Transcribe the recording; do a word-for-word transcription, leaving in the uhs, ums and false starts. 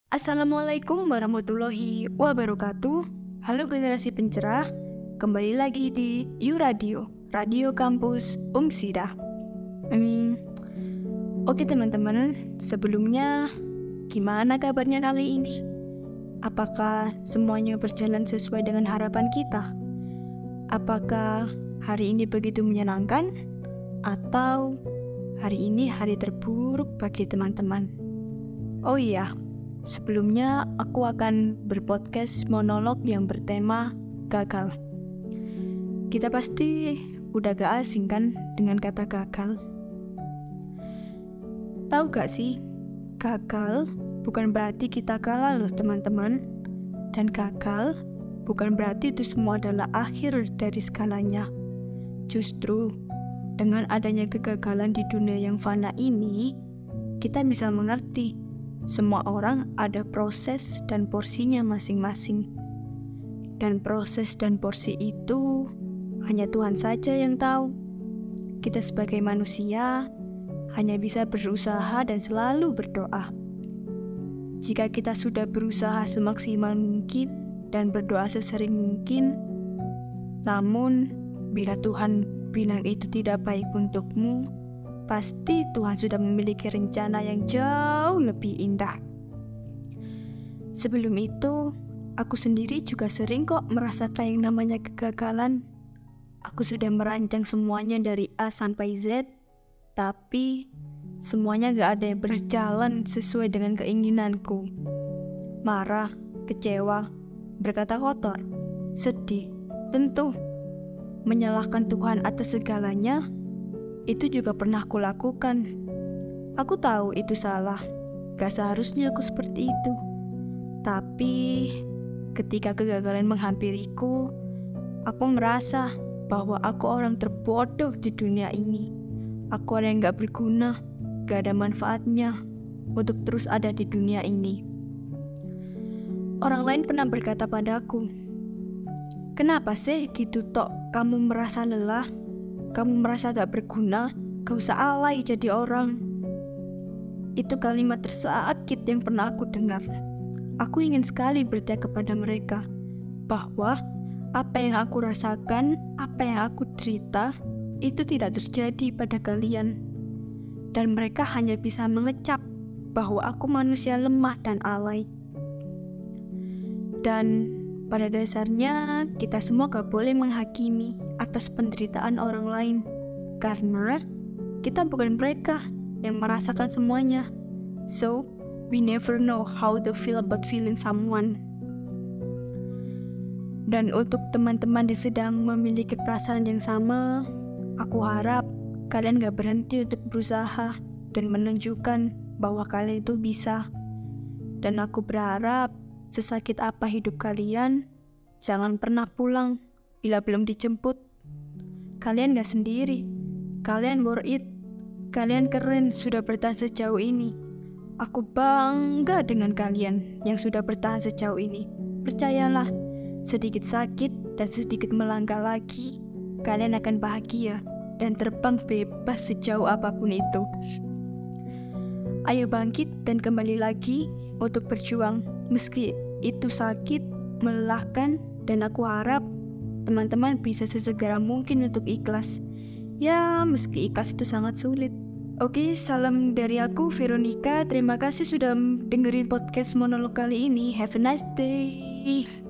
Assalamualaikum warahmatullahi wabarakatuh. Halo generasi pencerah, kembali lagi di U Radio, Radio Kampus Umsida. Hmm, Oke teman-teman, sebelumnya gimana kabarnya kali ini? Apakah semuanya berjalan sesuai dengan harapan kita? Apakah hari ini begitu menyenangkan? Atau hari ini hari terburuk bagi teman-teman? Oh iya, sebelumnya aku akan berpodcast monolog yang bertema gagal. Kita pasti udah gak asing kan dengan kata gagal? Tahu gak sih, gagal bukan berarti kita kalah loh teman-teman. Dan gagal bukan berarti itu semua adalah akhir dari segalanya. Justru dengan adanya kegagalan di dunia yang fana ini, kita bisa mengerti semua orang ada proses dan porsinya masing-masing. Dan proses dan porsi itu hanya Tuhan saja yang tahu. Kita sebagai manusia hanya bisa berusaha dan selalu berdoa. Jika kita sudah berusaha semaksimal mungkin dan berdoa sesering mungkin, namun bila Tuhan bilang itu tidak baik untukmu, pasti Tuhan sudah memiliki rencana yang jauh lebih indah. Sebelum itu, aku sendiri juga sering kok merasakan yang namanya kegagalan. Aku sudah merancang semuanya dari A sampai Z, tapi semuanya gak ada yang berjalan sesuai dengan keinginanku. Marah, kecewa, berkata kotor, sedih, tentu menyalahkan Tuhan atas segalanya. Itu juga pernah aku lakukan. Aku tahu itu salah, gak seharusnya aku seperti itu. Tapi ketika kegagalan menghampiriku, aku merasa bahwa aku orang terbodoh di dunia ini. Aku orang yang gak berguna, gak ada manfaatnya untuk terus ada di dunia ini. Orang lain pernah berkata padaku, "Kenapa sih gitu tok kamu merasa lelah? Kamu merasa gak berguna, gak usah alay jadi orang." Itu kalimat tersakit yang pernah aku dengar. Aku ingin sekali bertanya kepada mereka bahwa apa yang aku rasakan, apa yang aku derita, itu tidak terjadi pada kalian. Dan mereka hanya bisa mengecap bahwa aku manusia lemah dan alay. Dan pada dasarnya, kita semua gak boleh menghakimi atas penderitaan orang lain. Karena kita bukan mereka yang merasakan semuanya. So, we never know how to feel about feeling someone. Dan untuk teman-teman yang sedang memiliki perasaan yang sama, aku harap kalian gak berhenti untuk berusaha dan menunjukkan bahwa kalian itu bisa. Dan aku berharap sesakit apa hidup kalian, jangan pernah pulang bila belum dijemput. Kalian gak sendiri. Kalian worth it. Kalian keren sudah bertahan sejauh ini. Aku bangga dengan kalian yang sudah bertahan sejauh ini. Percayalah, sedikit sakit dan sedikit melangkah lagi, kalian akan bahagia dan terbang bebas sejauh apapun itu. Ayo bangkit dan kembali lagi untuk berjuang. Meski itu sakit, melelahkan, dan aku harap teman-teman bisa sesegera mungkin untuk ikhlas. Ya, meski ikhlas itu sangat sulit. Oke, salam dari aku, Veronica. Terima kasih sudah dengerin podcast monolog kali ini. Have a nice day.